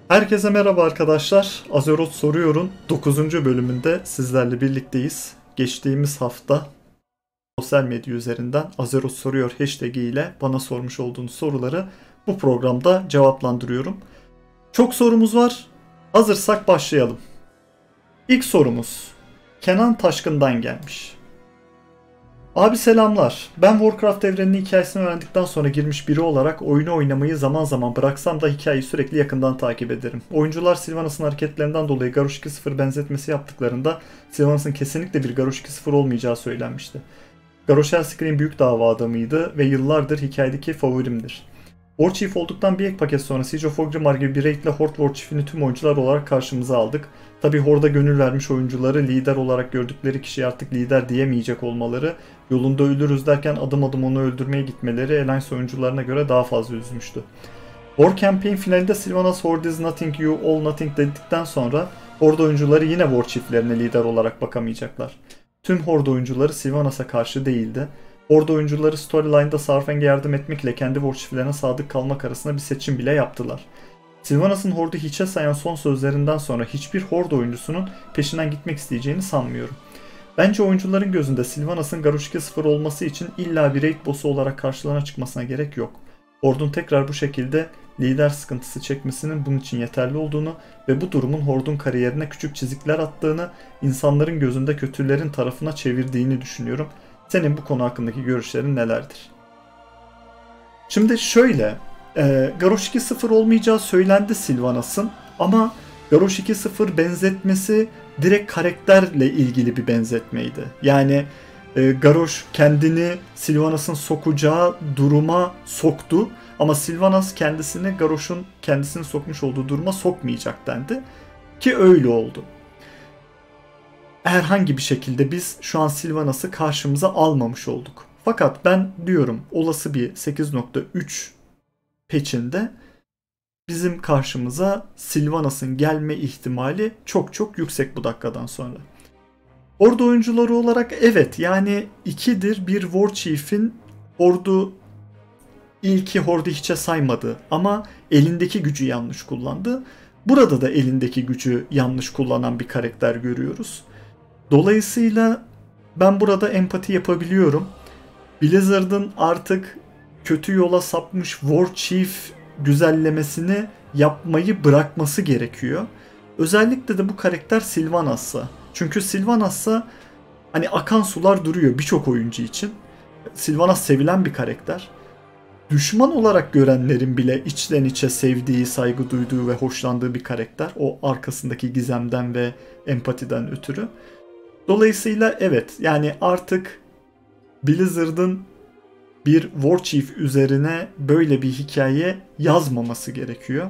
Herkese merhaba arkadaşlar. Azeroth Soruyor'un 9. bölümünde sizlerle birlikteyiz. Geçtiğimiz hafta sosyal medya üzerinden Azeroth Soruyor hashtag ile bana sormuş olduğunuz soruları bu programda cevaplandırıyorum. Çok sorumuz var. Hazırsak başlayalım. İlk sorumuz Kenan Taşkın'dan gelmiş. Abi selamlar. Ben Warcraft evreninin hikayesini öğrendikten sonra girmiş biri olarak oyunu oynamayı zaman zaman bıraksam da hikayeyi sürekli yakından takip ederim. Oyuncular Sylvanas'ın hareketlerinden dolayı Garrosh 2.0 benzetmesi yaptıklarında Sylvanas'ın kesinlikle bir Garrosh 2.0 olmayacağı söylenmişti. Garrosh Hellscream büyük dava adamıydı ve yıllardır hikayedeki favorimdir. Warchief olduktan bir ek paket sonra Siege of Orgrimmar gibi bir raidle Horde Warchief'ini tüm oyuncular olarak karşımıza aldık. Tabi Horde'a gönül vermiş oyuncuları lider olarak gördükleri kişiye artık lider diyemeyecek olmaları, yolunda ölürüz derken adım adım onu öldürmeye gitmeleri Alliance oyuncularına göre daha fazla üzmüştü. War Campaign finalinde Sylvanas Horde is nothing you all nothing dedikten sonra Horde oyuncuları yine Warchief'lerine lider olarak bakamayacaklar. Tüm Horde oyuncuları Sylvanas'a karşı değildi. Horde oyuncuları storyline'da Saurfang'e yardım etmekle kendi Warchief'lerine sadık kalmak arasında bir seçim bile yaptılar. Sylvanas'ın Horde'u hiçe sayan son sözlerinden sonra hiçbir Horde oyuncusunun peşinden gitmek isteyeceğini sanmıyorum. Bence oyuncuların gözünde Sylvanas'ın Garrosh 2.0 olması için illa bir raid boss'u olarak karşılarına çıkmasına gerek yok. Horde'un tekrar bu şekilde lider sıkıntısı çekmesinin bunun için yeterli olduğunu ve bu durumun Horde'un kariyerine küçük çizikler attığını, insanların gözünde kötülerin tarafına çevirdiğini düşünüyorum. Senin bu konu hakkındaki görüşlerin nelerdir? Şimdi şöyle, Garrosh 2.0 olmayacağı söylendi Sylvanas'ın ama Garrosh 2.0 benzetmesi direkt karakterle ilgili bir benzetmeydi. Yani Garrosh kendini Sylvanas'ın sokacağı duruma soktu ama Sylvanas kendisini Garrosh'un kendisini sokmuş olduğu duruma sokmayacak dendi ki öyle oldu. Herhangi bir şekilde biz şu an Sylvanas'ı karşımıza almamış olduk. Fakat ben diyorum olası bir 8.3 patch'inde bizim karşımıza Sylvanas'ın gelme ihtimali çok çok yüksek bu dakikadan sonra. Horde oyuncuları olarak evet yani ikidir bir Warchief'in Horde'u ilki Horde'u hiçe saymadı ama elindeki gücü yanlış kullandı. Burada da elindeki gücü yanlış kullanan bir karakter görüyoruz. Dolayısıyla ben burada empati yapabiliyorum. Blizzard'ın artık kötü yola sapmış Warchief güzellemesini yapmayı bırakması gerekiyor. Özellikle de bu karakter Sylvanas'sa. Çünkü Sylvanas'sa hani akan sular duruyor birçok oyuncu için. Sylvanas sevilen bir karakter. Düşman olarak görenlerin bile içten içe sevdiği, saygı duyduğu ve hoşlandığı bir karakter. O arkasındaki gizemden ve empatiden ötürü. Dolayısıyla evet yani artık Blizzard'ın bir Warchief üzerine böyle bir hikaye yazmaması gerekiyor.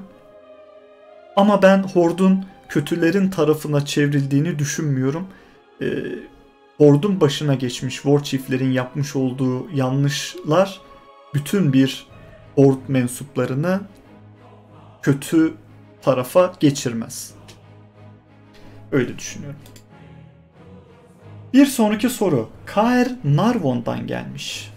Ama ben Horde'un kötülerin tarafına çevrildiğini düşünmüyorum. Horde'un başına geçmiş Warchief'lerin yapmış olduğu yanlışlar bütün bir Horde mensuplarını kötü tarafa geçirmez. Öyle düşünüyorum. Bir sonraki soru Kaer Narvon'dan gelmiş.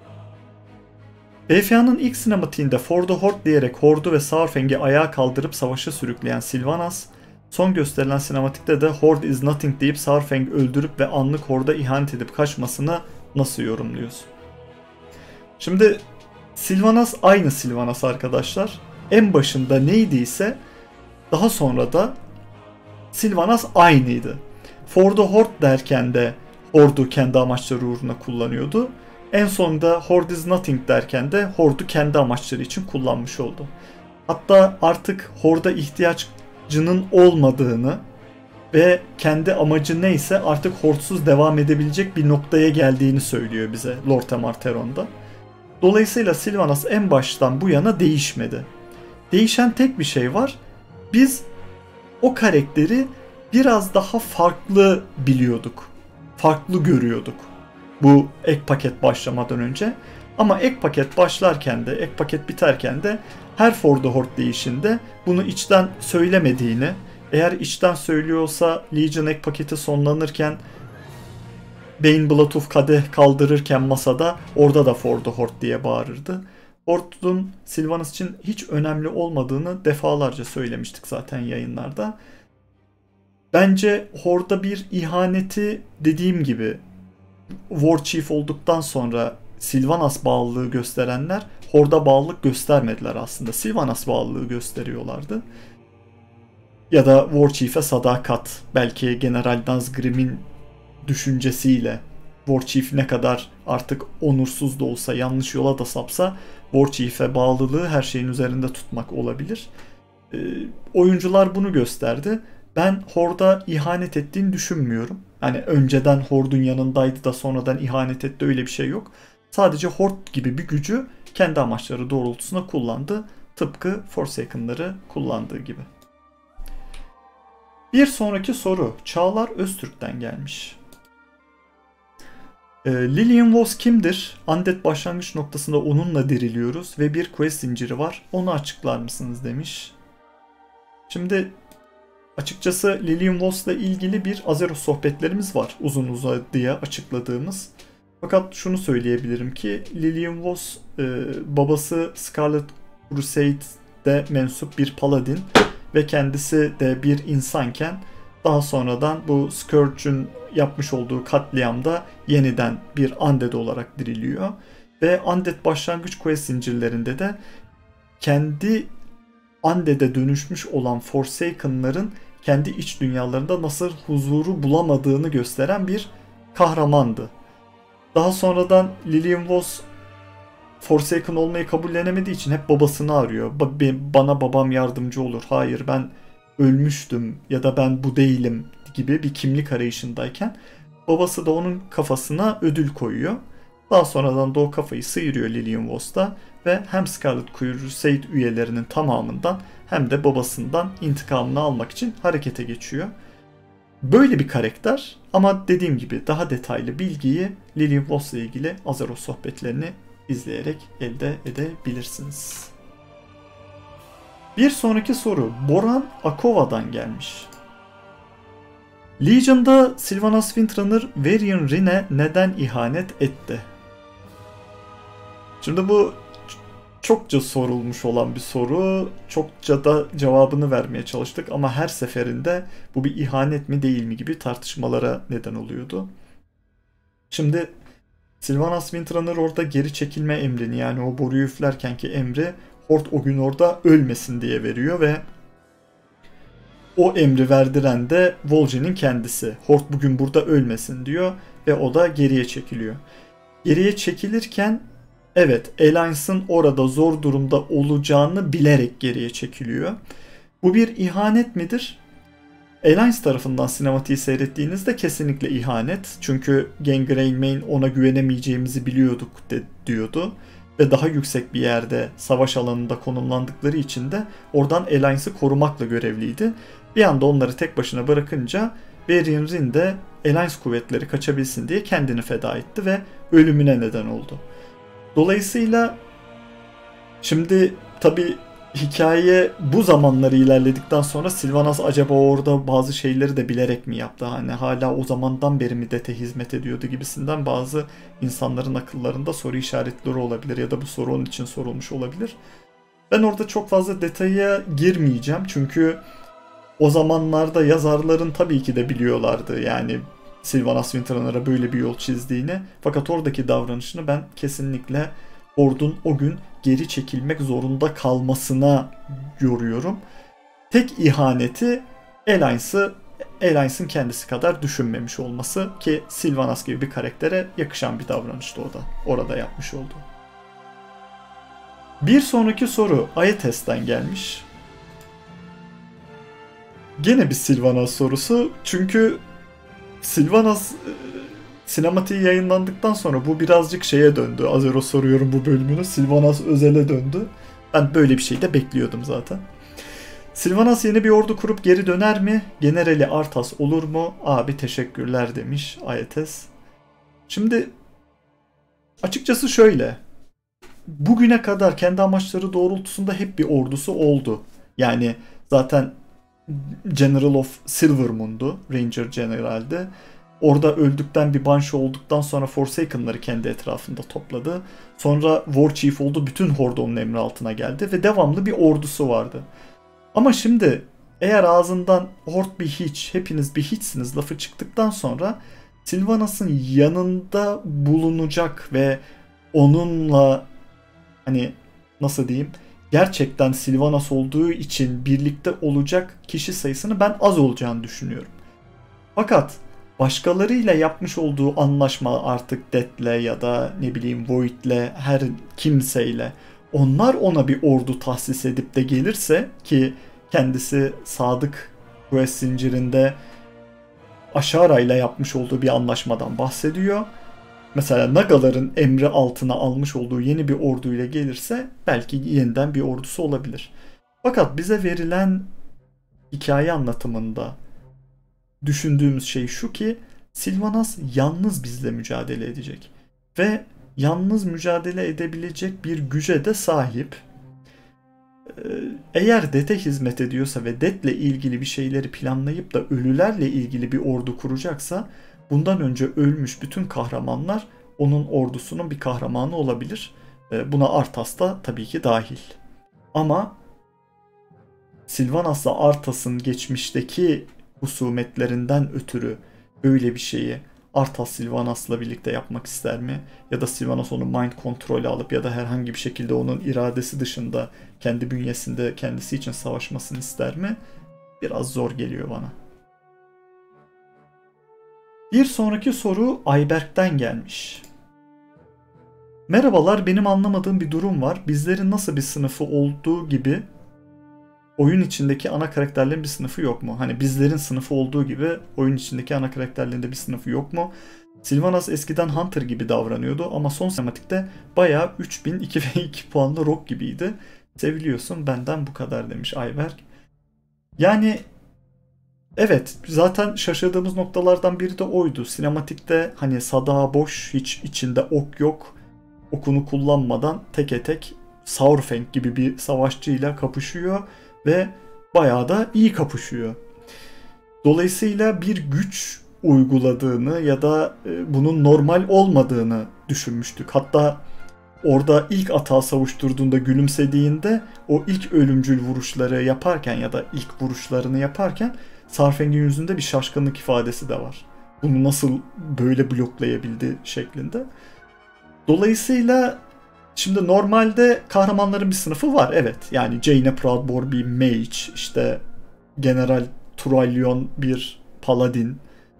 BFA'nın ilk sinematiğinde For the Horde diyerek Horde'u ve Saurfang'i ayağa kaldırıp savaşa sürükleyen Sylvanas, son gösterilen sinematikte de Horde is nothing deyip Saurfang'i öldürüp ve anlık Horde'a ihanet edip kaçmasını nasıl yorumluyoruz? Şimdi Sylvanas aynı Sylvanas arkadaşlar. En başında neydiyse daha sonra da Sylvanas aynıydı. For the Horde derken de Horde'u kendi amaçları uğruna kullanıyordu. En sonunda Horde is nothing derken de Horde'u kendi amaçları için kullanmış oldu. Hatta artık Horde'a ihtiyacının olmadığını ve kendi amacı neyse artık Horde'suz devam edebilecek bir noktaya geldiğini söylüyor bize Lord Amartheron'da. Dolayısıyla Sylvanas en baştan bu yana değişmedi. Değişen tek bir şey var. Biz o karakteri biraz daha farklı biliyorduk. Farklı görüyorduk. Bu ek paket başlamadan önce. Ama ek paket başlarken de, ek paket biterken de her For the Horde değişinde bunu içten söylemediğini, eğer içten söylüyorsa Legion ek paketi sonlanırken Bane Blood of kadeh kaldırırken masada orada da For the Horde diye bağırırdı. Hord'un Sylvanas için hiç önemli olmadığını defalarca söylemiştik zaten yayınlarda. Bence Horde'a bir ihaneti, dediğim gibi War Chief olduktan sonra Sylvanas bağlılığı gösterenler Horde'a bağlılık göstermediler aslında. Sylvanas bağlılığı gösteriyorlardı. Ya da War Chief'e sadakat. Belki General Nazgrim'in düşüncesiyle War Chief ne kadar artık onursuz da olsa, yanlış yola da sapsa, War Chief'e bağlılığı her şeyin üzerinde tutmak olabilir. Oyuncular bunu gösterdi. Ben Horde'a ihanet ettiğini düşünmüyorum. Hani önceden Horde'un yanındaydı da sonradan ihanet etti, öyle bir şey yok. Sadece Horde gibi bir gücü kendi amaçları doğrultusunda kullandı. Tıpkı Forsaken'ları kullandığı gibi. Bir sonraki soru Çağlar Öztürk'ten gelmiş. Lillian Vos kimdir? Undead başlangıç noktasında onunla diriliyoruz ve bir quest zinciri var. Onu açıklar mısınız demiş. Şimdi açıkçası Lillian Vos'la ilgili bir Azeroth sohbetlerimiz var. Uzun uzadıya açıkladığımız. Fakat şunu söyleyebilirim ki Lillian Vos babası Scarlet Crusade'de mensup bir paladin ve kendisi de bir insanken daha sonradan bu Scourge'ün yapmış olduğu katliamda yeniden bir Undead olarak diriliyor. Ve Undead başlangıç quest zincirlerinde de kendi Undead'e dönüşmüş olan Forsaken'ların kendi iç dünyalarında nasıl huzuru bulamadığını gösteren bir kahramandı. Daha sonradan Lillian Vos Forsaken olmayı kabullenemediği için hep babasını arıyor. Bana babam yardımcı olur. Hayır, ben ölmüştüm ya da ben bu değilim gibi bir kimlik arayışındayken babası da onun kafasına ödül koyuyor. Daha sonradan da o kafayı sıyırıyor Lillian Vos'ta ve hem Scarlet Crusade üyelerinin tamamından hem de babasından intikamını almak için harekete geçiyor. Böyle bir karakter ama dediğim gibi daha detaylı bilgiyi Lillian Vos'la ilgili Azeroth sohbetlerini izleyerek elde edebilirsiniz. Bir sonraki soru Boran Akova'dan gelmiş. Legion'da Sylvanas Windrunner Varian Rin'e neden ihanet etti? Şimdi bu çokça sorulmuş olan bir soru. Çokça da cevabını vermeye çalıştık ama her seferinde bu bir ihanet mi değil mi gibi tartışmalara neden oluyordu. Şimdi Sylvanas Windrunner orada geri çekilme emrini, yani o boruyu üflerkenki emri Horde o gün orada ölmesin diye veriyor ve o emri verdiren de Vol'jin'in kendisi. Horde bugün burada ölmesin diyor ve o da geriye çekiliyor. Geriye çekilirken evet, Alliance'ın orada zor durumda olacağını bilerek geriye çekiliyor. Bu bir ihanet midir? Alliance tarafından sinematiği seyrettiğinizde kesinlikle ihanet. Çünkü Gangrene Main ona güvenemeyeceğimizi biliyorduk diyordu. Ve daha yüksek bir yerde savaş alanında konumlandıkları için de oradan Alliance'ı korumakla görevliydi. Bir anda onları tek başına bırakınca Varian Rin de Alliance kuvvetleri kaçabilsin diye kendini feda etti ve ölümüne neden oldu. Dolayısıyla şimdi tabi hikaye bu zamanları ilerledikten sonra Sylvanas acaba orada bazı şeyleri de bilerek mi yaptı? Hani hala o zamandan beri mi Dete hizmet ediyordu gibisinden bazı insanların akıllarında soru işaretleri olabilir ya da bu soru onun için sorulmuş olabilir. Ben orada çok fazla detaya girmeyeceğim çünkü o zamanlarda yazarların tabii ki de biliyorlardı yani Sylvanas Windrunner'a böyle bir yol çizdiğini. Fakat oradaki davranışını ben kesinlikle Horde'un o gün geri çekilmek zorunda kalmasına yoruyorum. Tek ihaneti Alliance'ın kendisi kadar düşünmemiş olması ki Sylvanas gibi bir karaktere yakışan bir davranıştı o da. Orada yapmış oldu. Bir sonraki soru Ayetes'ten gelmiş. Gene bir Sylvanas sorusu çünkü Sylvanas sinematiği yayınlandıktan sonra bu birazcık şeye döndü. Azeroth soruyorum bu bölümünü. Sylvanas özele döndü. Ben böyle bir şey de bekliyordum zaten. Sylvanas yeni bir ordu kurup geri döner mi? Generali Arthas olur mu? Abi teşekkürler demiş Ayetes. Şimdi açıkçası şöyle. Bugüne kadar kendi amaçları doğrultusunda hep bir ordusu oldu. Yani zaten General of Silvermoon'du. Ranger General'di. Orada öldükten bir Banshee olduktan sonra Forsaken'ları kendi etrafında topladı. Sonra War Chief oldu. Bütün horde onun emri altına geldi ve devamlı bir ordusu vardı. Ama şimdi eğer ağzından horde bir hiç, hepiniz bir hiçsiniz lafı çıktıktan sonra Sylvanas'ın yanında bulunacak ve onunla hani nasıl diyeyim gerçekten Sylvanas olduğu için birlikte olacak kişi sayısını ben az olacağını düşünüyorum. Fakat başkalarıyla yapmış olduğu anlaşma artık Death'le ya da ne bileyim Void'le her kimseyle onlar ona bir ordu tahsis edip de gelirse ki kendisi sadık quest zincirinde Ashara ile yapmış olduğu bir anlaşmadan bahsediyor. Mesela Nagaların emri altına almış olduğu yeni bir orduyla gelirse belki yeniden bir ordusu olabilir. Fakat bize verilen hikaye anlatımında düşündüğümüz şey şu ki Sylvanas yalnız bizle mücadele edecek. Ve yalnız mücadele edebilecek bir güce de sahip. Eğer Death'e hizmet ediyorsa ve Death'le ilgili bir şeyleri planlayıp da ölülerle ilgili bir ordu kuracaksa bundan önce ölmüş bütün kahramanlar onun ordusunun bir kahramanı olabilir. Buna Arthas da tabii ki dahil. Ama Sylvanas'la Arthas'ın geçmişteki husumetlerinden ötürü böyle bir şeyi Arthas Sylvanas'la birlikte yapmak ister mi? Ya da Sylvanas onu mind kontrolü alıp ya da herhangi bir şekilde onun iradesi dışında kendi bünyesinde kendisi için savaşmasını ister mi? Biraz zor geliyor bana. Bir sonraki soru Ayberk'ten gelmiş. Merhabalar, benim anlamadığım bir durum var. Bizlerin nasıl bir sınıfı olduğu gibi oyun içindeki ana karakterlerin bir sınıfı yok mu? Hani bizlerin sınıfı olduğu gibi oyun içindeki ana karakterlerin de bir sınıfı yok mu? Sylvanas eskiden Hunter gibi davranıyordu ama son sinematikte bayağı 3000 2 ve 2 puanlı rock gibiydi. Seviliyorsun, benden bu kadar demiş Ayberk. Yani evet, zaten şaşırdığımız noktalardan biri de oydu. Sinematikte hani sadağı boş, hiç içinde ok yok. Okunu kullanmadan teke tek Saurfang gibi bir savaşçıyla kapışıyor ve bayağı da iyi kapışıyor. Dolayısıyla bir güç uyguladığını ya da bunun normal olmadığını düşünmüştük. Hatta orada ilk atağı savuşturduğunda gülümsediğinde o ilk ölümcül vuruşları yaparken ya da ilk vuruşlarını yaparken Saurfang'in yüzünde bir şaşkınlık ifadesi de var. Bunu nasıl böyle bloklayabildi şeklinde. Dolayısıyla şimdi normalde kahramanların bir sınıfı var, evet. Yani Jaina Proudmoore bir mage, işte General Turalyon bir paladin,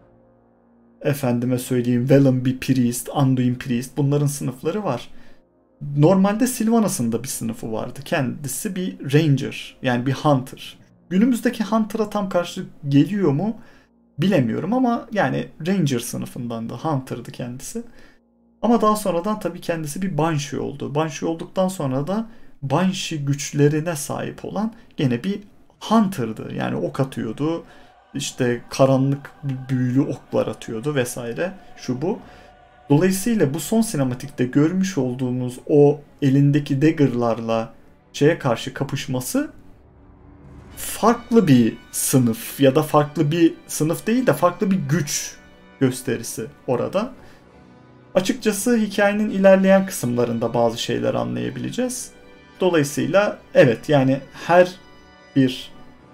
efendime söyleyeyim Velen bir priest, Anduin priest, bunların sınıfları var. Normalde Sylvanas'ın da bir sınıfı vardı. Kendisi bir ranger, yani bir hunter. Günümüzdeki hunter'a tam karşı geliyor mu bilemiyorum ama yani ranger sınıfındandı, hunter'dı kendisi. Ama daha sonradan tabii kendisi bir Banshee oldu. Banshee olduktan sonra da Banshee güçlerine sahip olan gene bir Hunter'dı. Yani ok atıyordu, işte karanlık büyülü oklar atıyordu vesaire, şu bu. Dolayısıyla bu son sinematikte görmüş olduğumuz o elindeki dagger'larla şeye karşı kapışması farklı bir sınıf ya da farklı bir sınıf değil de farklı bir güç gösterisi orada. Açıkçası hikayenin ilerleyen kısımlarında bazı şeyler anlayabileceğiz. Dolayısıyla evet, yani her bir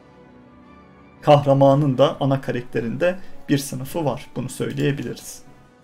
kahramanın da ana karakterinde bir sınıfı var. Bunu söyleyebiliriz.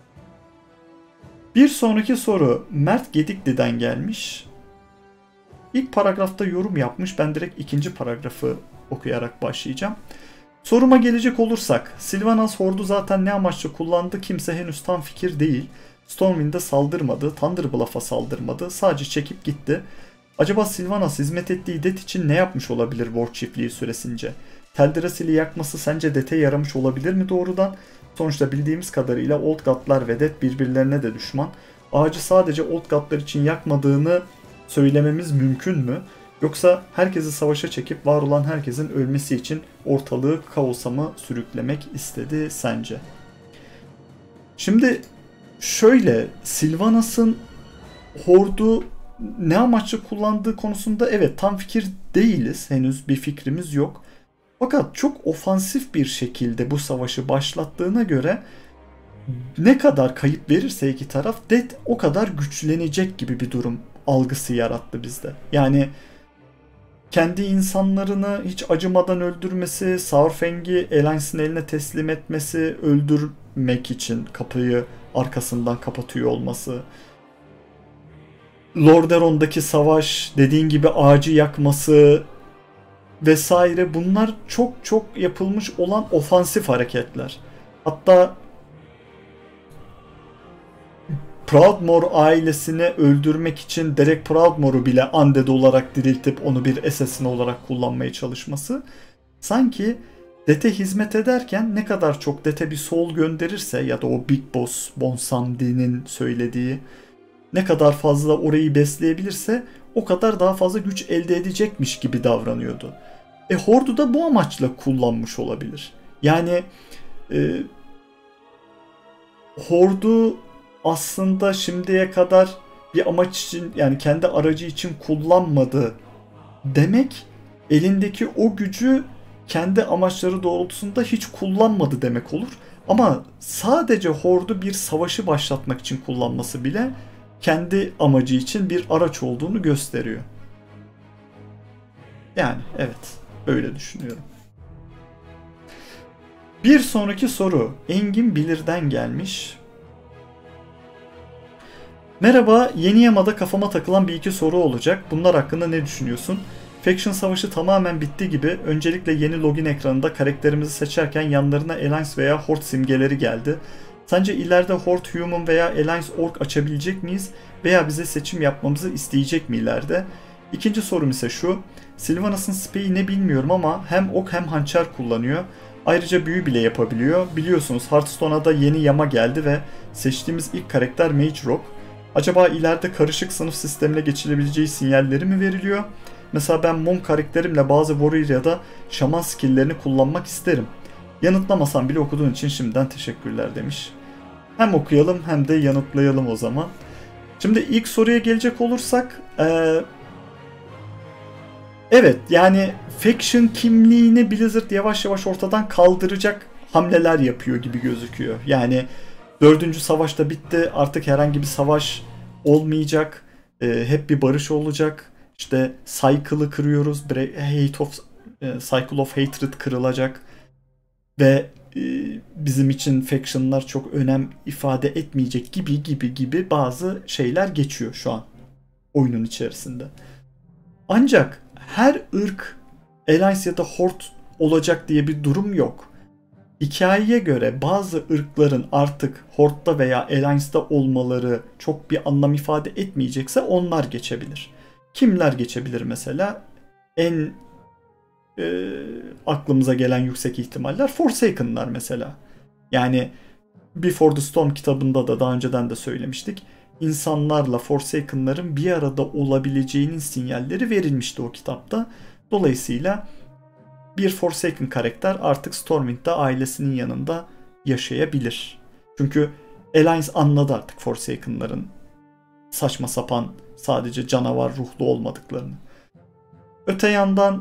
Bir sonraki soru Mert Gedikli'den gelmiş. İlk paragrafta yorum yapmış. Ben direkt ikinci paragrafı okuyarak başlayacağım. Soruma gelecek olursak, Sylvanas Horde'u zaten ne amaçla kullandı kimse henüz tam fikir değil. Stormwind'e saldırmadı, Thunderbluff'a saldırmadı, sadece çekip gitti. Acaba Sylvanas hizmet ettiği Det için ne yapmış olabilir War çiftliği süresince? Teldrassil'i yakması sence Det'e yaramış olabilir mi doğrudan? Sonuçta bildiğimiz kadarıyla Old God'lar ve Det birbirlerine de düşman. Ağacı sadece Old God'lar için yakmadığını söylememiz mümkün mü? Yoksa herkesi savaşa çekip var olan herkesin ölmesi için ortalığı kaosa mı sürüklemek istedi sence? Şimdi şöyle, Sylvanas'ın Horde'u ne amaçla kullandığı konusunda evet tam fikir değiliz. Henüz bir fikrimiz yok. Fakat çok ofansif bir şekilde bu savaşı başlattığına göre Ne kadar kayıp verirse iki taraf det o kadar güçlenecek gibi bir durum algısı yarattı bizde. Yani kendi insanlarını hiç acımadan öldürmesi, Saurfang'i Alliance'ın eline teslim etmesi, öldürmek için kapıyı arkasından kapatıyor olması, Lordaeron'daki savaş, dediğin gibi ağacı yakması vesaire, bunlar çok çok yapılmış olan ofansif hareketler. Hatta Proudmoore ailesini öldürmek için Derek Proudmoore'u bile undead olarak diriltip onu bir assassin olarak kullanmaya çalışması, sanki Dete hizmet ederken ne kadar çok Dete bir soul gönderirse ya da o Big Boss Bonsamdi'nin söylediği ne kadar fazla orayı besleyebilirse o kadar daha fazla güç elde edecekmiş gibi davranıyordu. Hordu da bu amaçla kullanmış olabilir. Yani Hordu aslında şimdiye kadar bir amaç için, yani kendi aracı için kullanmadı demek, elindeki o gücü kendi amaçları doğrultusunda hiç kullanmadı demek olur. Ama sadece Hordu bir savaşı başlatmak için kullanması bile kendi amacı için bir araç olduğunu gösteriyor. Yani evet, öyle düşünüyorum. Bir sonraki soru Engin Bilir'den gelmiş. Merhaba, yeni yamada kafama takılan bir iki soru olacak. Bunlar hakkında ne düşünüyorsun? Faction savaşı tamamen bitti gibi. Öncelikle yeni login ekranında karakterimizi seçerken yanlarına Alliance veya Horde simgeleri geldi. Sence ileride Horde Human veya Alliance Orc açabilecek miyiz? Veya bize seçim yapmamızı isteyecek mi ileride? İkinci sorum ise şu. Sylvanas'ın speyi ne bilmiyorum ama hem ok hem hançer kullanıyor. Ayrıca büyü bile yapabiliyor. Biliyorsunuz Hearthstone'a da yeni yama geldi ve seçtiğimiz ilk karakter Mage Rogue. Acaba ileride karışık sınıf sistemine geçilebileceği sinyalleri mi veriliyor? Mesela ben Mom karakterimle bazı warrior ya da şaman skill'lerini kullanmak isterim. Yanıtlamasam bile okuduğun için şimdiden teşekkürler demiş. Hem okuyalım hem de yanıtlayalım o zaman. Şimdi ilk soruya gelecek olursak, evet, yani Faction kimliğini Blizzard yavaş yavaş ortadan kaldıracak hamleler yapıyor gibi gözüküyor. Yani 4. savaş da bitti. Artık herhangi bir savaş olmayacak. Hep bir barış olacak. İşte Cycle'ı kırıyoruz. Cycle of Hatred kırılacak. Ve bizim için faction'lar çok önem ifade etmeyecek gibi bazı şeyler geçiyor şu an oyunun içerisinde. Ancak her ırk Alliance ya da Horde olacak diye bir durum yok. Hikayeye göre bazı ırkların artık Horde'da veya Alliance'da olmaları çok bir anlam ifade etmeyecekse onlar geçebilir. Kimler geçebilir mesela? En aklımıza gelen yüksek ihtimaller Forsaken'lar mesela. Yani Before the Storm kitabında da daha önceden de söylemiştik. İnsanlarla Forsaken'ların bir arada olabileceğinin sinyalleri verilmişti o kitapta. Dolayısıyla bir Forsaken karakter artık Stormwind'de ailesinin yanında yaşayabilir. Çünkü Alliance anladı artık Forsaken'ların saçma sapan, sadece canavar ruhlu olmadıklarını. Öte yandan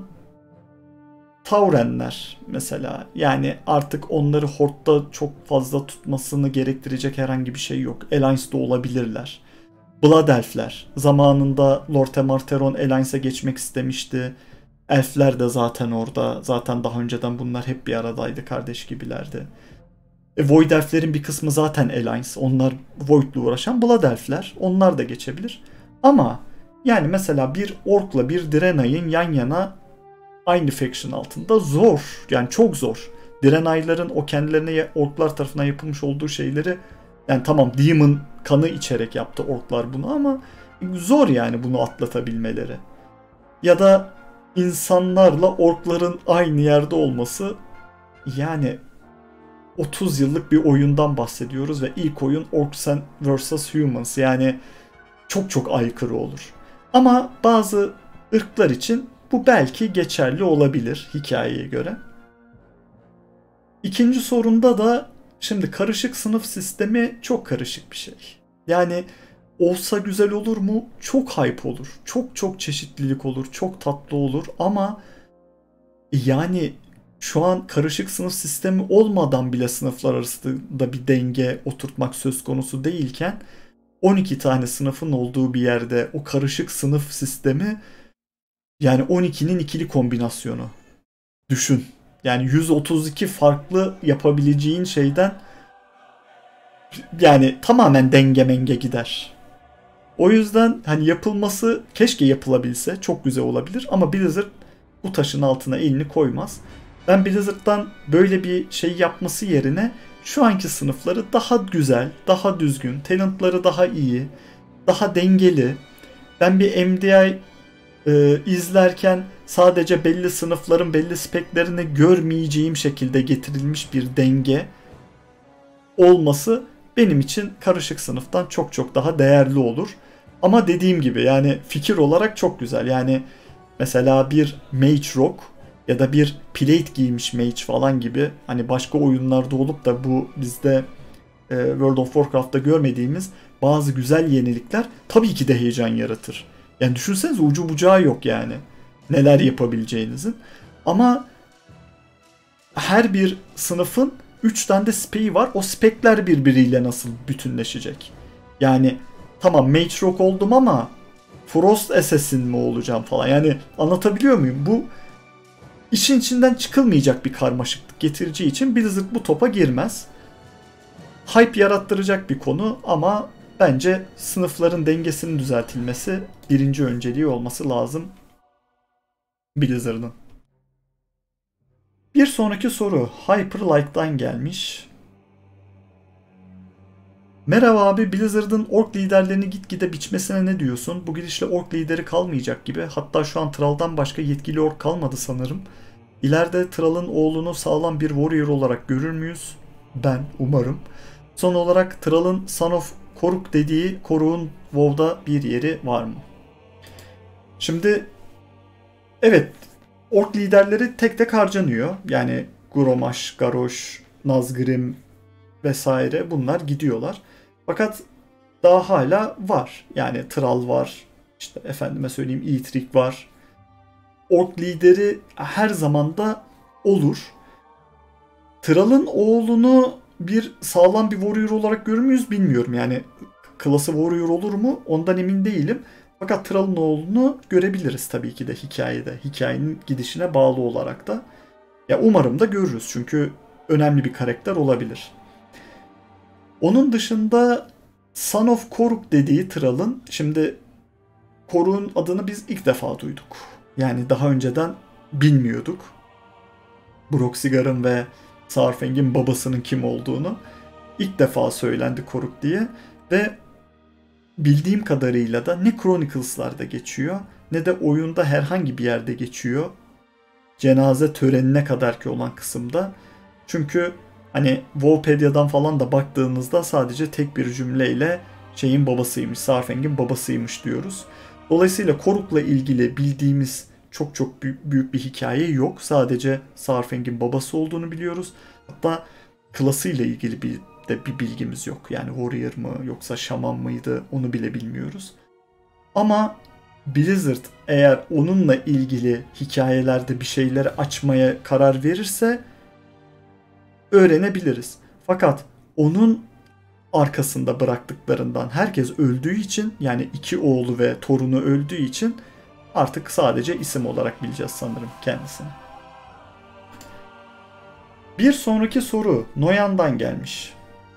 Taurenler mesela, yani artık onları Horde'da çok fazla tutmasını gerektirecek herhangi bir şey yok. Alliance'da olabilirler. Blood Elf'ler zamanında Lord Emarteron Alliance'a geçmek istemişti. Elfler de zaten orada. Zaten daha önceden bunlar hep bir aradaydı. Kardeş gibilerdi. Void Elf'lerin bir kısmı zaten Alliance. Onlar Void'le uğraşan Blood Elf'ler. Onlar da geçebilir. Ama yani mesela bir Orc'la bir Draenei'in yan yana aynı faction altında zor. Yani çok zor. Draenei'ların o kendilerine Orc'lar tarafından yapılmış olduğu şeyleri, yani tamam Demon kanı içerek yaptı Orc'lar bunu ama zor yani bunu atlatabilmeleri. Ya da insanlarla Orc'ların aynı yerde olması, yani 30 yıllık bir oyundan bahsediyoruz ve ilk oyun Orcs vs Humans, yani çok çok aykırı olur. Ama bazı ırklar için bu belki geçerli olabilir hikayeye göre. İkinci sorunda da şimdi karışık sınıf sistemi çok karışık bir şey. Yani olsa güzel olur mu? Çok hype olur. Çok çok çeşitlilik olur. Çok tatlı olur ama yani şu an karışık sınıf sistemi olmadan bile sınıflar arasında bir denge oturtmak söz konusu değilken 12 tane sınıfın olduğu bir yerde o karışık sınıf sistemi, yani 12'nin ikili kombinasyonu. Düşün. Yani 132 farklı yapabileceğin şeyden yani tamamen denge menge gider. O yüzden hani yapılması keşke yapılabilse çok güzel olabilir ama Blizzard bu taşın altına elini koymaz. Ben Blizzard'dan böyle bir şey yapması yerine şu anki sınıfları daha güzel, daha düzgün, talentları daha iyi, daha dengeli. Ben bir MDI izlerken sadece belli sınıfların belli speklerini görmeyeceğim şekilde getirilmiş bir denge olması benim için karışık sınıftan çok çok daha değerli olur. Ama dediğim gibi yani fikir olarak çok güzel. Yani mesela bir Mage Rock ya da bir plate giymiş Mage falan gibi hani başka oyunlarda olup da bu bizde World of Warcraft'ta görmediğimiz bazı güzel yenilikler tabii ki de heyecan yaratır. Yani düşünsenize ucu bucağı yok yani. Neler yapabileceğinizin. Ama her bir sınıfın 3 tane de speyi var. O spekler birbiriyle nasıl bütünleşecek? Yani tamam Mage Rock oldum ama Frost Assassin mi olacağım falan. Yani anlatabiliyor muyum? Bu işin içinden çıkılmayacak bir karmaşıklık getireceği için Blizzard bu topa girmez. Hype yarattıracak bir konu ama bence sınıfların dengesinin düzeltilmesi birinci önceliği olması lazım Blizzard'ın. Bir sonraki soru Hyperlight'tan gelmiş. Merhaba abi, Blizzard'ın ork liderlerini gitgide biçmesine ne diyorsun? Bu gidişle ork lideri kalmayacak gibi. Hatta şu an Thrall'dan başka yetkili ork kalmadı sanırım. İleride Thrall'ın oğlunu sağlam bir warrior olarak görür müyüz? Ben umarım. Son olarak Thrall'ın Son of Koruk dediği Koruk'un WoW'da bir yeri var mı? Şimdi evet, ork liderleri tek tek harcanıyor. Yani Grommash, Garrosh, Nazgrim vesaire bunlar gidiyorlar. Fakat daha hala var. Yani Thrall var. İşte efendime söyleyeyim Eitrigg var. Ork lideri her zaman da olur. Thrall'ın oğlunu bir sağlam bir warrior olarak görür müyüz bilmiyorum. Yani klası warrior olur mu ondan emin değilim. Fakat Thrall'ın oğlunu görebiliriz tabii ki de hikayede. Hikayenin gidişine bağlı olarak da. Ya umarım da görürüz çünkü önemli bir karakter olabilir. Onun dışında Son of Koruk dediği Thrall'ın, şimdi Koruk'un adını biz ilk defa duyduk. Yani daha önceden bilmiyorduk. Broxigar'ın ve Saurfang'in babasının kim olduğunu ilk defa söylendi Koruk diye ve bildiğim kadarıyla da ne Chronicles'larda geçiyor ne de oyunda herhangi bir yerde geçiyor. Cenaze törenine kadarki olan kısımda. Çünkü hani Wowpedia'dan falan da baktığınızda sadece tek bir cümleyle şeyin babasıymış, Saurfang'in babasıymış diyoruz. Dolayısıyla Koruk'la ilgili bildiğimiz çok çok büyük bir hikaye yok. Sadece Saurfang'in babası olduğunu biliyoruz. Hatta klasıyla ilgili bir bilgimiz yok. Yani Warrior mı yoksa Şaman mıydı onu bile bilmiyoruz. Ama Blizzard eğer onunla ilgili hikayelerde bir şeyleri açmaya karar verirse öğrenebiliriz. Fakat onun arkasında bıraktıklarından herkes öldüğü için, yani 2 oğlu ve torunu öldüğü için artık sadece isim olarak bileceğiz sanırım kendisini. Bir sonraki soru Noyan'dan gelmiş.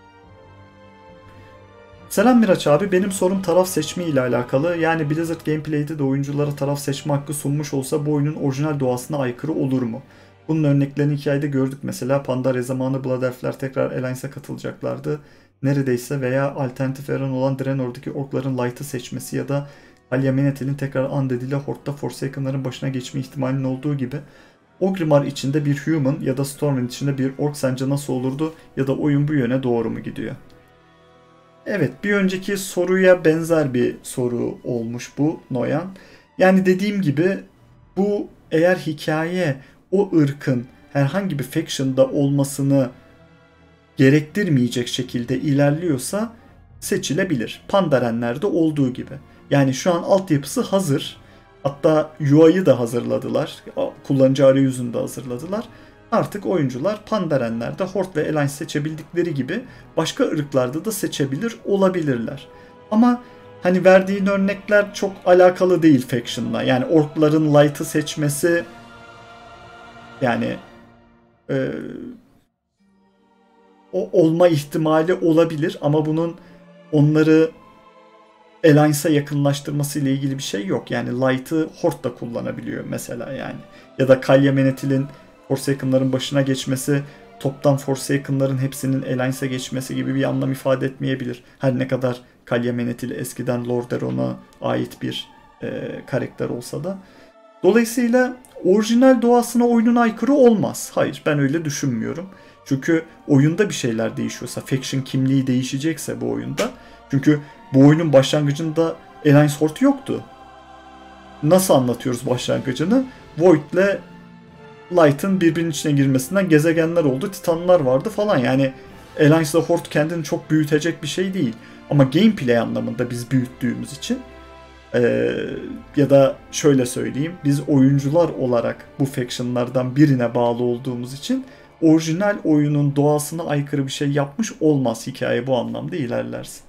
Selam Miraç abi, benim sorum taraf seçme ile alakalı. Yani Blizzard Gameplay'de de oyunculara taraf seçme hakkı sunmuş olsa bu oyunun orijinal doğasına aykırı olur mu? Bunun örneklerini hikayede gördük mesela. Pandaria zamanı Blood Elf'ler tekrar Alliance'a katılacaklardı. Neredeyse veya alternatif evren olan Draenor'daki orkların Light'ı seçmesi ya da Alia Menethil'in tekrar Undead ile Horde'da Forsaken'ların başına geçme ihtimalinin olduğu gibi Orgrimmar içinde bir Human ya da Stormwind içinde bir Ork sence nasıl olurdu ya da oyun bu yöne doğru mu gidiyor? Evet, bir önceki soruya benzer bir soru olmuş bu Noyan. Yani dediğim gibi bu eğer hikaye o ırkın herhangi bir faction'da olmasını gerektirmeyecek şekilde ilerliyorsa seçilebilir. Pandarenler'de olduğu gibi. Yani şu an altyapısı hazır. Hatta UI'yı da hazırladılar. Kullanıcı arayüzünü de hazırladılar. Artık oyuncular Pandarenler'de Horde ve Alliance seçebildikleri gibi başka ırklarda da seçebilir olabilirler. Ama hani verdiğin örnekler çok alakalı değil Faction'la. Yani Orkların Light'ı seçmesi yani o olma ihtimali olabilir ama bunun onları Alliance'a yakınlaştırması ile ilgili bir şey yok. Yani Light'ı Horde da kullanabiliyor mesela yani. Ya da Kalya Menetil'in Forsaken'ların başına geçmesi toptan Forsaken'ların hepsinin Alliance'a geçmesi gibi bir anlam ifade etmeyebilir. Her ne kadar Kalya Menetil eskiden Lordaeron'a ait bir karakter olsa da. Dolayısıyla orijinal doğasına oyunun aykırı olmaz. Hayır, ben öyle düşünmüyorum. Çünkü oyunda bir şeyler değişiyorsa, faction kimliği değişecekse bu oyunda. Çünkü bu oyunun başlangıcında Alliance Horde yoktu. Nasıl anlatıyoruz başlangıcını? Void'le Light'ın birbirinin içine girmesinden gezegenler oldu, titanlar vardı falan. Yani Alliance'da Horde kendini çok büyütecek bir şey değil. Ama gameplay anlamında biz büyüttüğümüz için ya da şöyle söyleyeyim, biz oyuncular olarak bu factionlardan birine bağlı olduğumuz için orijinal oyunun doğasına aykırı bir şey yapmış olmaz, hikaye bu anlamda ilerlerse.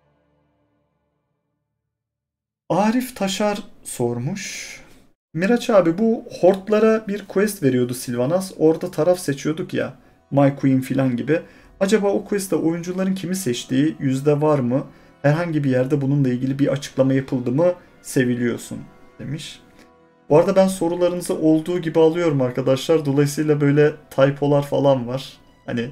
Arif Taşar sormuş. Miraç abi, bu Hort'lara bir quest veriyordu Sylvanas. Orada taraf seçiyorduk ya. My Queen filan gibi. Acaba o quest'te oyuncuların kimi seçtiği yüzde var mı? Herhangi bir yerde bununla ilgili bir açıklama yapıldı mı? Seviliyorsun demiş. Bu arada ben sorularınızı olduğu gibi alıyorum arkadaşlar. Dolayısıyla böyle typolar falan var. Hani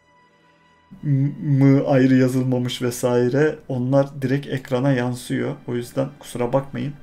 mı ayrı yazılmamış vesaire. Onlar direkt ekrana yansıyor. O yüzden kusura bakmayın.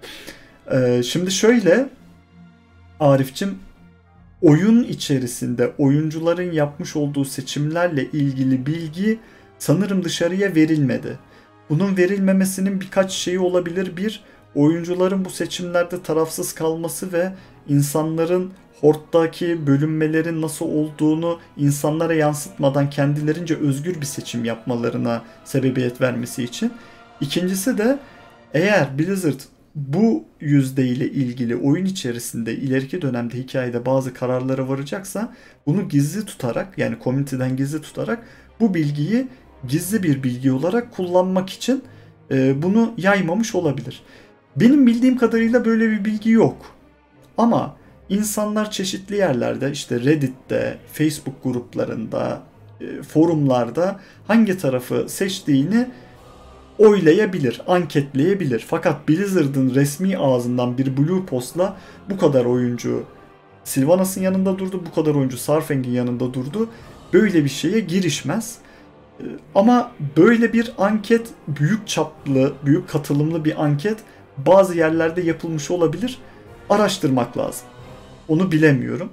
Şimdi şöyle Arif'cim, oyun içerisinde oyuncuların yapmış olduğu seçimlerle ilgili bilgi sanırım dışarıya verilmedi. Bunun verilmemesinin birkaç şeyi olabilir. Bir, oyuncuların bu seçimlerde tarafsız kalması ve insanların Horde'daki bölünmelerin nasıl olduğunu insanlara yansıtmadan kendilerince özgür bir seçim yapmalarına sebebiyet vermesi için. İkincisi de eğer Blizzard bu yüzdeyle ilgili oyun içerisinde ileriki dönemde hikayede bazı kararlara varacaksa bunu gizli tutarak, yani community'den gizli tutarak bu bilgiyi gizli bir bilgi olarak kullanmak için bunu yaymamış olabilir. Benim bildiğim kadarıyla böyle bir bilgi yok. Ama insanlar çeşitli yerlerde, işte Reddit'te, Facebook gruplarında, forumlarda hangi tarafı seçtiğini oylayabilir, anketleyebilir. Fakat Blizzard'ın resmi ağzından bir blue post'la bu kadar oyuncu Sylvanas'ın yanında durdu, bu kadar oyuncu Saurfang'in yanında durdu, böyle bir şeye girişmez. Ama böyle bir anket, büyük çaplı, büyük katılımlı bir anket bazı yerlerde yapılmış olabilir. Araştırmak lazım. Onu bilemiyorum.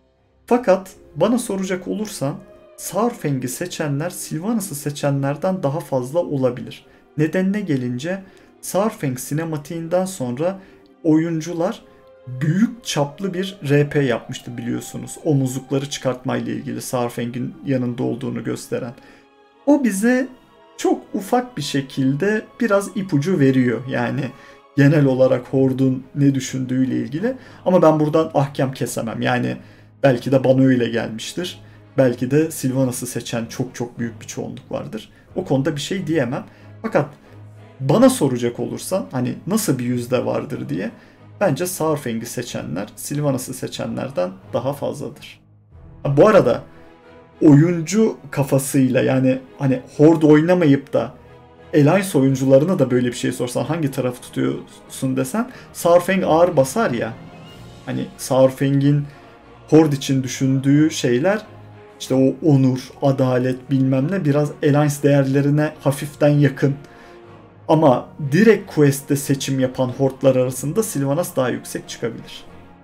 Fakat bana soracak olursan Saurfang'i seçenler Sylvanas'ı seçenlerden daha fazla olabilir. Nedenine gelince Saurfang sinematiğinden sonra oyuncular büyük çaplı bir RP yapmıştı biliyorsunuz. O muzlukları çıkartmayla ilgili Saurfang'in yanında olduğunu gösteren. O bize çok ufak bir şekilde biraz ipucu veriyor. Yani genel olarak Horde'un ne düşündüğüyle ilgili. Ama ben buradan ahkam kesemem. Yani belki de bana öyle gelmiştir. Belki de Sylvanas'ı seçen çok çok büyük bir çoğunluk vardır. O konuda bir şey diyemem. Fakat bana soracak olursan hani nasıl bir yüzde vardır diye, bence Saurfang'i seçenler Sylvanas'ı seçenlerden daha fazladır. Bu arada oyuncu kafasıyla, yani hani Horde oynamayıp da Alliance oyuncularına da böyle bir şey sorsan hangi tarafı tutuyorsun desen Saurfang ağır basar ya. Hani Saurfang'in Horde için düşündüğü şeyler işte o onur, adalet bilmem ne biraz Alliance değerlerine hafiften yakın. Ama direkt Quest'te seçim yapan Horde'lar arasında Sylvanas daha yüksek çıkabilir.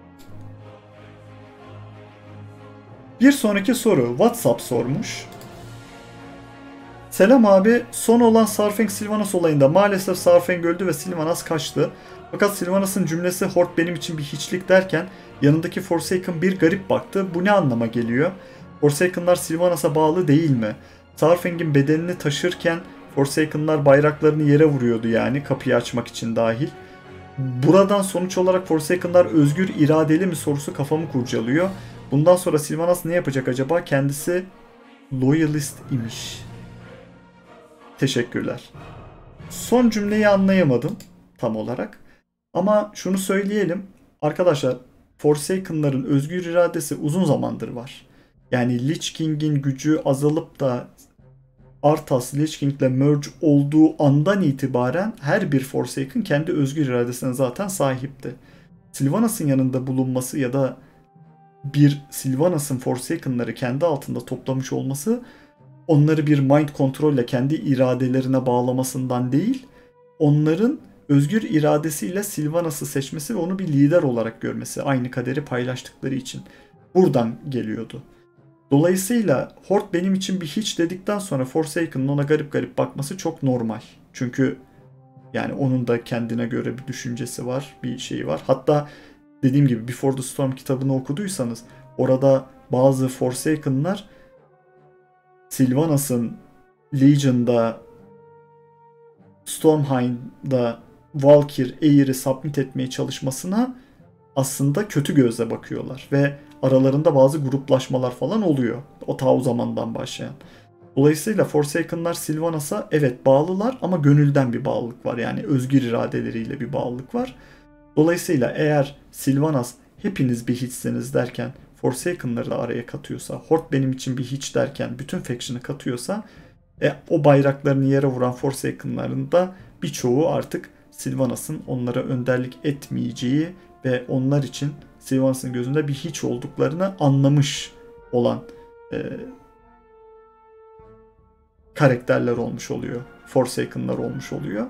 Bir sonraki soru WhatsApp sormuş. Selam abi, son olan Saurfang Sylvanas olayında maalesef Saurfang öldü ve Sylvanas kaçtı. Fakat Sylvanas'ın cümlesi Horde benim için bir hiçlik derken yanındaki Forsaken bir garip baktı. Bu ne anlama geliyor? Forsaken'lar Sylvanas'a bağlı değil mi? Saurfang'in bedenini taşırken Forsaken'lar bayraklarını yere vuruyordu, yani kapıyı açmak için dahil. Buradan sonuç olarak Forsaken'lar özgür iradeli mi sorusu kafamı kurcalıyor. Bundan sonra Sylvanas ne yapacak acaba? Kendisi loyalist imiş. Teşekkürler. Son cümleyi anlayamadım tam olarak. Ama şunu söyleyelim. Arkadaşlar, Forsaken'ların özgür iradesi uzun zamandır var. Yani Lich King'in gücü azalıp da Arthas Lich King'le merge olduğu andan itibaren her bir Forsaken kendi özgür iradesine zaten sahipti. Sylvanas'ın yanında bulunması ya da bir Sylvanas'ın Forsaken'ları kendi altında toplamış olması onları bir mind kontrolle kendi iradelerine bağlamasından değil, onların özgür iradesiyle Sylvanas'ı seçmesi ve onu bir lider olarak görmesi, aynı kaderi paylaştıkları için buradan geliyordu. Dolayısıyla Horde benim için bir hiç dedikten sonra Forsaken'ın ona garip garip bakması çok normal. Çünkü yani onun da kendine göre bir düşüncesi var, bir şeyi var. Hatta dediğim gibi Before the Storm kitabını okuduysanız orada bazı Forsaken'lar Sylvanas'ın Legion'da, Stormhind'da Valkyr, Aer'i submit etmeye çalışmasına aslında kötü gözle bakıyorlar. Ve aralarında bazı gruplaşmalar falan oluyor. O ta o zamandan başlayan. Dolayısıyla Forsaken'lar Sylvanas'a evet bağlılar ama gönülden bir bağlılık var. Yani özgür iradeleriyle bir bağlılık var. Dolayısıyla eğer Sylvanas hepiniz bir hiçsiniz derken Forsaken'ları da araya katıyorsa, Horde benim için bir hiç derken bütün faction'ı katıyorsa o bayraklarını yere vuran Forsaken'ların da birçoğu artık Sylvanas'ın onlara önderlik etmeyeceği ve onlar için Sylvanas'ın gözünde bir hiç olduklarını anlamış olan karakterler olmuş oluyor. Forsaken'lar olmuş oluyor.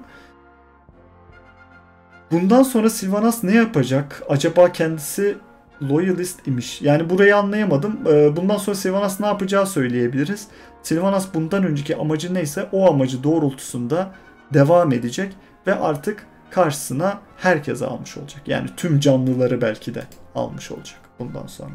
Bundan sonra Sylvanas ne yapacak? Acaba kendisi loyalist imiş. Yani burayı anlayamadım. Bundan sonra Sylvanas ne yapacağı söyleyebiliriz. Sylvanas bundan önceki amacı neyse o amacı doğrultusunda devam edecek ve artık karşısına herkese almış olacak. Yani tüm canlıları belki de almış olacak bundan sonra.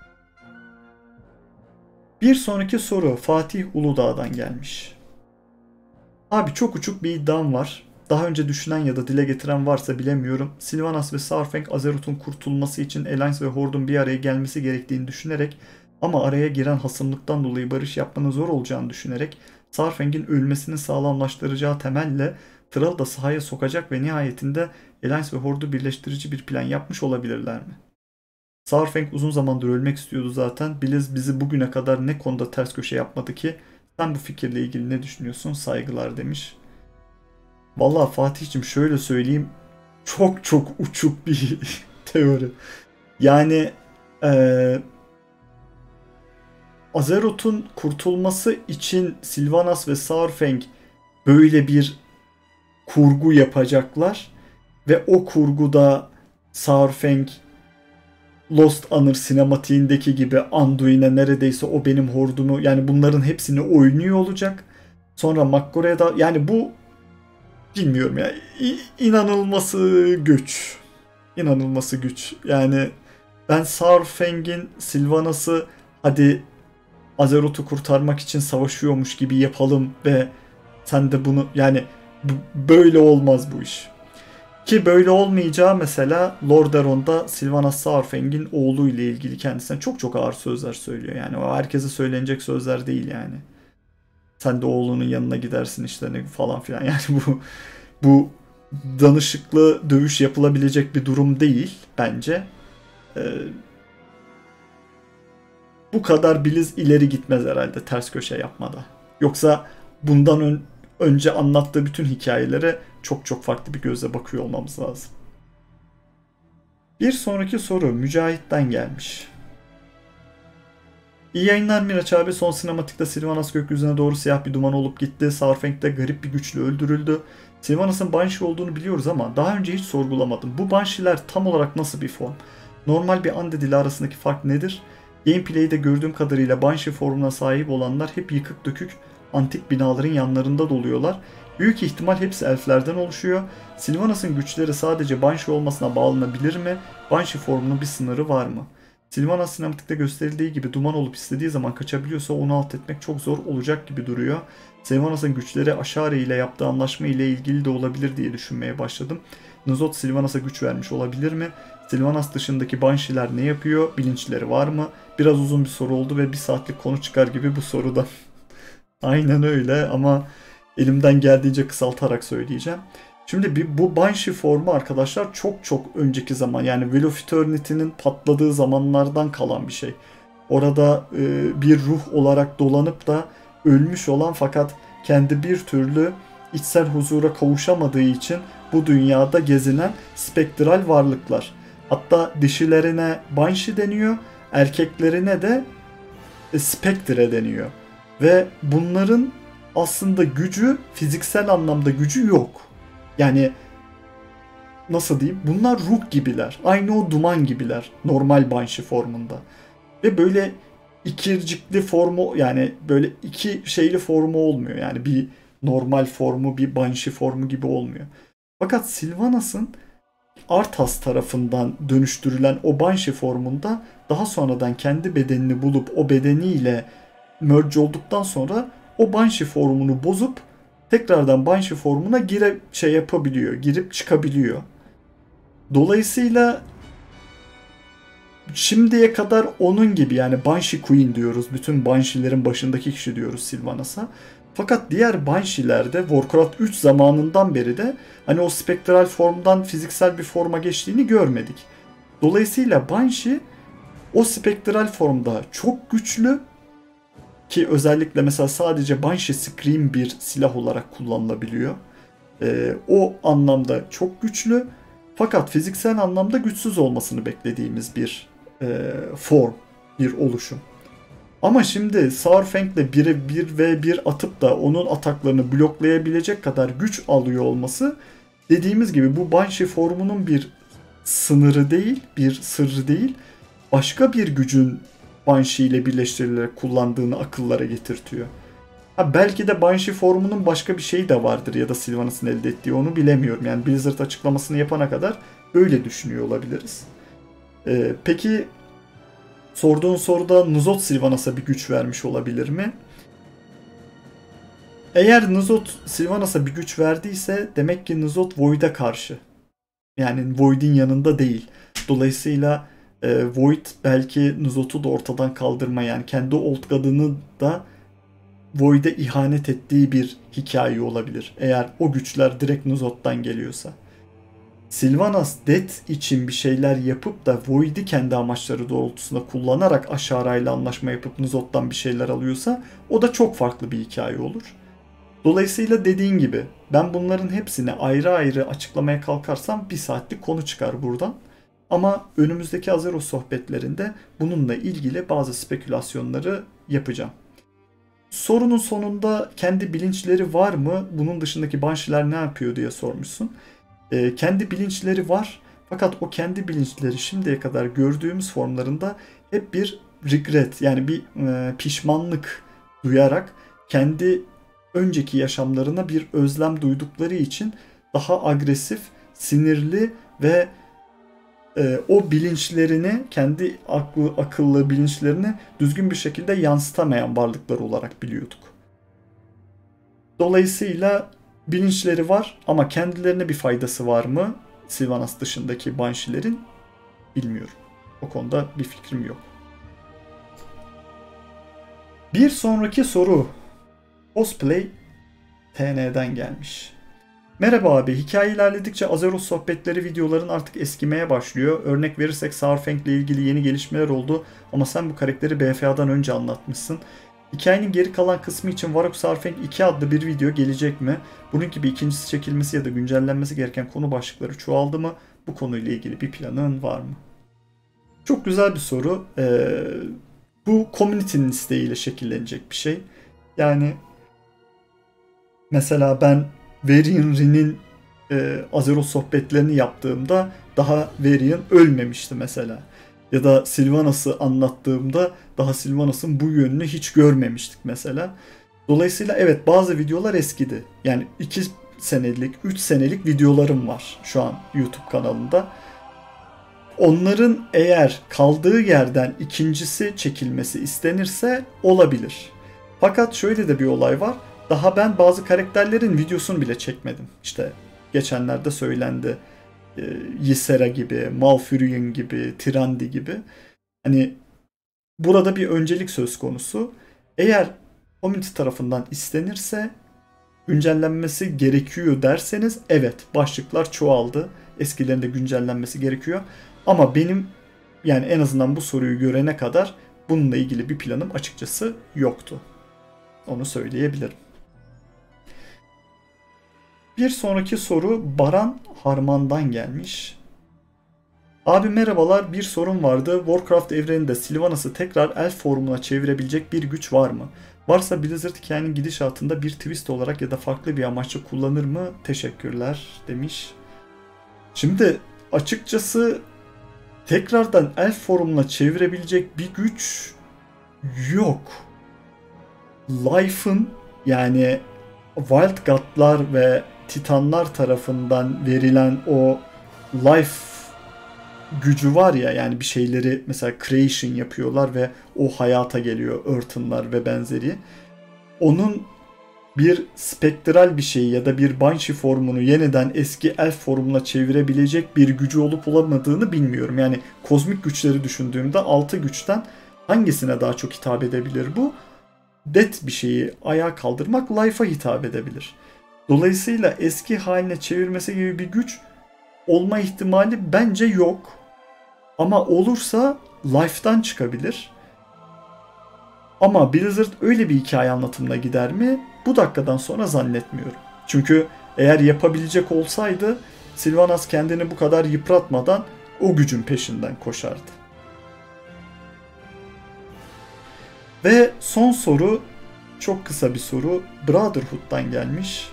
Bir sonraki soru Fatih Uludağ'dan gelmiş. Abi çok uçuk bir iddiam var. Daha önce düşünen ya da dile getiren varsa bilemiyorum. Sylvanas ve Saurfang Azeroth'un kurtulması için Alliance ve Horde'un bir araya gelmesi gerektiğini düşünerek ama araya giren hasımlıktan dolayı barış yapmanın zor olacağını düşünerek Saurfang'in ölmesini sağlamlaştıracağı temelle Thrall'ı da sahaya sokacak ve nihayetinde Alliance ve Horde'u birleştirici bir plan yapmış olabilirler mi? Saurfang uzun zamandır ölmek istiyordu zaten. Blizz bizi bugüne kadar ne konuda ters köşe yapmadı ki? Sen bu fikirle ilgili ne düşünüyorsun? Saygılar demiş. Vallahi Fatih'cim şöyle söyleyeyim. Çok çok uçuk bir teori. Yani Azeroth'un kurtulması için Sylvanas ve Saurfang böyle bir kurgu yapacaklar. Ve o kurguda Saurfang Lost Honor sinematiğindeki gibi Anduin'e neredeyse o benim hordumu yani bunların hepsini oynuyor olacak. Sonra Makgore'da yani bu bilmiyorum ya inanılması güç. İnanılması güç. Yani ben Saurfang'in Sylvanas'ı hadi Azeroth'u kurtarmak için savaşıyormuş gibi yapalım ve sen de bunu yani böyle olmaz bu iş. Ki böyle olmayacağı mesela Lordaeron'da Sylvanas Saurfang'in oğlu ile ilgili kendisine çok çok ağır sözler söylüyor. Yani o herkese söylenecek sözler değil yani. Sen de oğlunun yanına gidersin işte ne falan filan. Yani bu danışıklı dövüş yapılabilecek bir durum değil bence. Bu kadar Blizz ileri gitmez herhalde ters köşe yapmada. Yoksa bundan önce anlattığı bütün hikayelere çok çok farklı bir gözle bakıyor olmamız lazım. Bir sonraki soru Mücahit'ten gelmiş. İyi yayınlar Miraç abi. Son sinematikte Sylvanas gökyüzüne doğru siyah bir duman olup gitti. Saurfang de garip bir güçle öldürüldü. Sylvanas'ın Banshee olduğunu biliyoruz ama daha önce hiç sorgulamadım. Bu Banshee'ler tam olarak nasıl bir form? Normal bir Undead ile arasındaki fark nedir? Gameplay'de gördüğüm kadarıyla Banshee formuna sahip olanlar hep yıkık dökük antik binaların yanlarında doluyorlar. Büyük ihtimal hepsi elflerden oluşuyor. Sylvanas'ın güçleri sadece Banshee olmasına bağlanabilir mi? Banshee formunun bir sınırı var mı? Sylvanas sinematikte gösterildiği gibi duman olup istediği zaman kaçabiliyorsa onu alt etmek çok zor olacak gibi duruyor. Sylvanas'ın güçleri Ashari ile yaptığı anlaşma ile ilgili de olabilir diye düşünmeye başladım. Nuzot Sylvanas'a güç vermiş olabilir mi? Sylvanas dışındaki Banshee'ler ne yapıyor? Bilinçleri var mı? Biraz uzun bir soru oldu ve 1 saatlik konu çıkar gibi bu soruda. Aynen öyle ama elimden geldiğince kısaltarak söyleyeceğim. Şimdi bu Banshee formu arkadaşlar çok çok önceki zaman, yani Will of Eternity'nin patladığı zamanlardan kalan bir şey. Orada bir ruh olarak dolanıp da ölmüş olan fakat kendi bir türlü içsel huzura kavuşamadığı için bu dünyada gezinen spektral varlıklar. Hatta dişilerine Banshee deniyor, erkeklerine de Spectre deniyor. Ve bunların aslında gücü, fiziksel anlamda gücü yok. Yani nasıl diyeyim? Bunlar ruh gibiler. Aynı o duman gibiler. Normal Banshee formunda. Ve böyle ikircikli formu, yani böyle iki şeyli formu olmuyor. Yani bir normal formu, bir Banshee formu gibi olmuyor. Fakat Sylvanas'ın Arthas tarafından dönüştürülen o Banshee formunda daha sonradan kendi bedenini bulup o bedeniyle merge olduktan sonra o Banshee formunu bozup tekrardan Banshee formuna girip çıkabiliyor. Dolayısıyla şimdiye kadar onun gibi, yani Banshee Queen diyoruz. Bütün Banshee'lerin başındaki kişi diyoruz Sylvanas'a. Fakat diğer Banshee'lerde Warcraft 3 zamanından beri de hani o spektral formdan fiziksel bir forma geçtiğini görmedik. Dolayısıyla Banshee o spektral formda çok güçlü ki özellikle mesela sadece Banshee Scream bir silah olarak kullanılabiliyor. O anlamda çok güçlü fakat fiziksel anlamda güçsüz olmasını beklediğimiz bir form, bir oluşum. Ama şimdi Saurfang'le 1v1 atıp da onun ataklarını bloklayabilecek kadar güç alıyor olması, dediğimiz gibi bu Banshee formunun bir sınırı değil, bir sırrı değil, başka bir gücün Banshee ile birleştirilerek kullandığını akıllara getirtiyor. Ha, belki de Banshee formunun başka bir şeyi de vardır ya da Sylvanas'ın elde ettiği, onu bilemiyorum. Yani Blizzard açıklamasını yapana kadar öyle düşünüyor olabiliriz. Peki sorduğun soruda Nuzot Sylvanas'a bir güç vermiş olabilir mi? Eğer Nuzot Sylvanas'a bir güç verdiyse demek ki Nuzot Void'e karşı. Yani Void'in yanında değil. Dolayısıyla Void belki Nuzot'u da ortadan kaldırma, yani kendi Old God'ını da Void'e ihanet ettiği bir hikaye olabilir. Eğer o güçler direkt Nuzot'tan geliyorsa. Sylvanas Death için bir şeyler yapıp da Void'i kendi amaçları doğrultusunda kullanarak Ashara ile anlaşma yapıp Nuzot'tan bir şeyler alıyorsa o da çok farklı bir hikaye olur. Dolayısıyla dediğin gibi ben bunların hepsini ayrı ayrı açıklamaya kalkarsam 1 saatlik konu çıkar buradan. Ama önümüzdeki Azeroth sohbetlerinde bununla ilgili bazı spekülasyonları yapacağım. Sorunun sonunda kendi bilinçleri var mı? Bunun dışındaki Banshee'ler ne yapıyor diye sormuşsun. Kendi bilinçleri var. Fakat o kendi bilinçleri şimdiye kadar gördüğümüz formlarında hep bir regret, yani bir pişmanlık duyarak kendi önceki yaşamlarına bir özlem duydukları için daha agresif, sinirli ve o bilinçlerini, kendi akıllı bilinçlerini düzgün bir şekilde yansıtamayan varlıklar olarak biliyorduk. Dolayısıyla bilinçleri var ama kendilerine bir faydası var mı Sylvanas dışındaki Banshee'lerin, bilmiyorum. O konuda bir fikrim yok. Bir sonraki soru Cosplay TN'den gelmiş. Merhaba abi, hikaye ilerledikçe Azeroth sohbetleri videoların artık eskimeye başlıyor. Örnek verirsek Saurfang ile ilgili yeni gelişmeler oldu ama sen bu karakteri BFA'dan önce anlatmışsın. Hikayenin geri kalan kısmı için Varrock Saurfang 2 adlı bir video gelecek mi? Bunun gibi ikincisi çekilmesi ya da güncellenmesi gereken konu başlıkları çoğaldı mı? Bu konuyla ilgili bir planın var mı? Çok güzel bir soru. Bu community'nin isteğiyle şekillenecek bir şey. Yani mesela ben Varian Rin'in Azeroth sohbetlerini yaptığımda daha Varian ölmemişti mesela. Ya da Sylvanas'ı anlattığımda daha Sylvanas'ın bu yönünü hiç görmemiştik mesela. Dolayısıyla evet, bazı videolar eskidi. Yani 2 senelik, 3 senelik videolarım var şu an YouTube kanalında. Onların eğer kaldığı yerden ikincisi çekilmesi istenirse olabilir. Fakat şöyle de bir olay var. Daha ben bazı karakterlerin videosunu bile çekmedim. İşte geçenlerde söylendi. Ysera gibi, Malfurion gibi, Tyrande gibi. Hani burada bir öncelik söz konusu. Eğer community tarafından istenirse güncellenmesi gerekiyor derseniz evet, başlıklar çoğaldı. Eskilerin de güncellenmesi gerekiyor. Ama benim yani en azından bu soruyu görene kadar bununla ilgili bir planım açıkçası yoktu. Onu söyleyebilirim. Bir sonraki soru Baran Harman'dan gelmiş. Abi merhabalar, bir sorun vardı. Warcraft evreninde Sylvanas'ı tekrar elf formuna çevirebilecek bir güç var mı? Varsa Blizzard hikayenin gidişatında bir twist olarak ya da farklı bir amaçla kullanır mı? Teşekkürler demiş. Şimdi açıkçası tekrardan elf formuna çevirebilecek bir güç yok. Life'ın yani Wild God'lar ve Titanlar tarafından verilen o Life gücü var ya, yani bir şeyleri mesela creation yapıyorlar ve o hayata geliyor, Earthen'lar ve benzeri. Onun bir spektral bir şey ya da bir Banshee formunu yeniden eski elf formuna çevirebilecek bir gücü olup olamadığını bilmiyorum. Yani kozmik güçleri düşündüğümde 6 güçten hangisine daha çok hitap edebilir bu? Death bir şeyi ayağa kaldırmak Life'a hitap edebilir. Dolayısıyla eski haline çevirmesi gibi bir güç olma ihtimali bence yok. Ama olursa Life'dan çıkabilir. Ama Blizzard öyle bir hikaye anlatımına gider mi? Bu dakikadan sonra zannetmiyorum. Çünkü eğer yapabilecek olsaydı Sylvanas kendini bu kadar yıpratmadan o gücün peşinden koşardı. Ve son soru çok kısa bir soru. Brotherhood'dan gelmiş.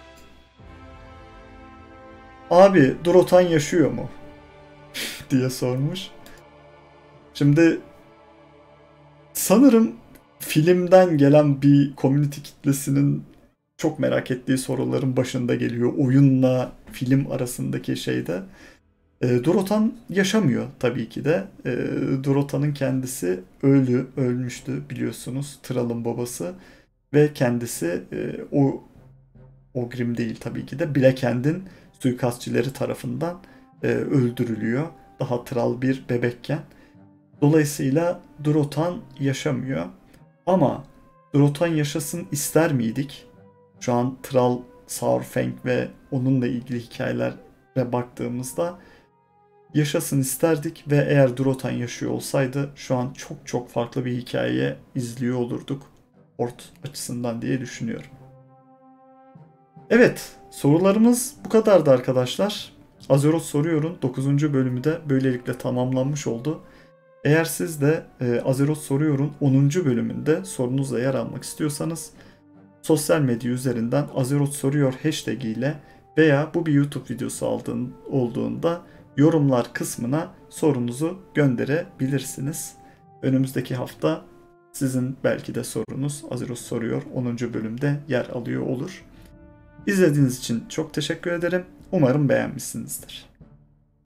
Abi Durotan yaşıyor mu? diye sormuş. Şimdi sanırım filmden gelen bir community kitlesinin çok merak ettiği soruların başında geliyor. Oyunla film arasındaki şeyde. Durotan yaşamıyor tabii ki de. Durotan'ın kendisi ölmüştü biliyorsunuz. Thrall'ın babası. Ve kendisi Ogrim değil tabii ki de. Black Hand'in suikastçileri tarafından öldürülüyor. Daha Thrall bir bebekken. Dolayısıyla Durotan yaşamıyor. Ama Durotan yaşasın ister miydik? Şu an Thrall, Saurfang ve onunla ilgili hikayelere baktığımızda yaşasın isterdik ve eğer Durotan yaşıyor olsaydı şu an çok çok farklı bir hikayeye izliyor olurduk Horde açısından diye düşünüyorum. Evet, sorularımız bu kadardı arkadaşlar. Azeroth Soruyor'un 9. bölümü de böylelikle tamamlanmış oldu. Eğer siz de Azeroth Soruyor'un 10. bölümünde sorunuzla yer almak istiyorsanız sosyal medya üzerinden Azeroth Soruyor hashtag ile veya bu bir YouTube videosu olduğunda yorumlar kısmına sorunuzu gönderebilirsiniz. Önümüzdeki hafta sizin belki de sorunuz Azeroth Soruyor 10. bölümde yer alıyor olur. İzlediğiniz için çok teşekkür ederim. Umarım beğenmişsinizdir.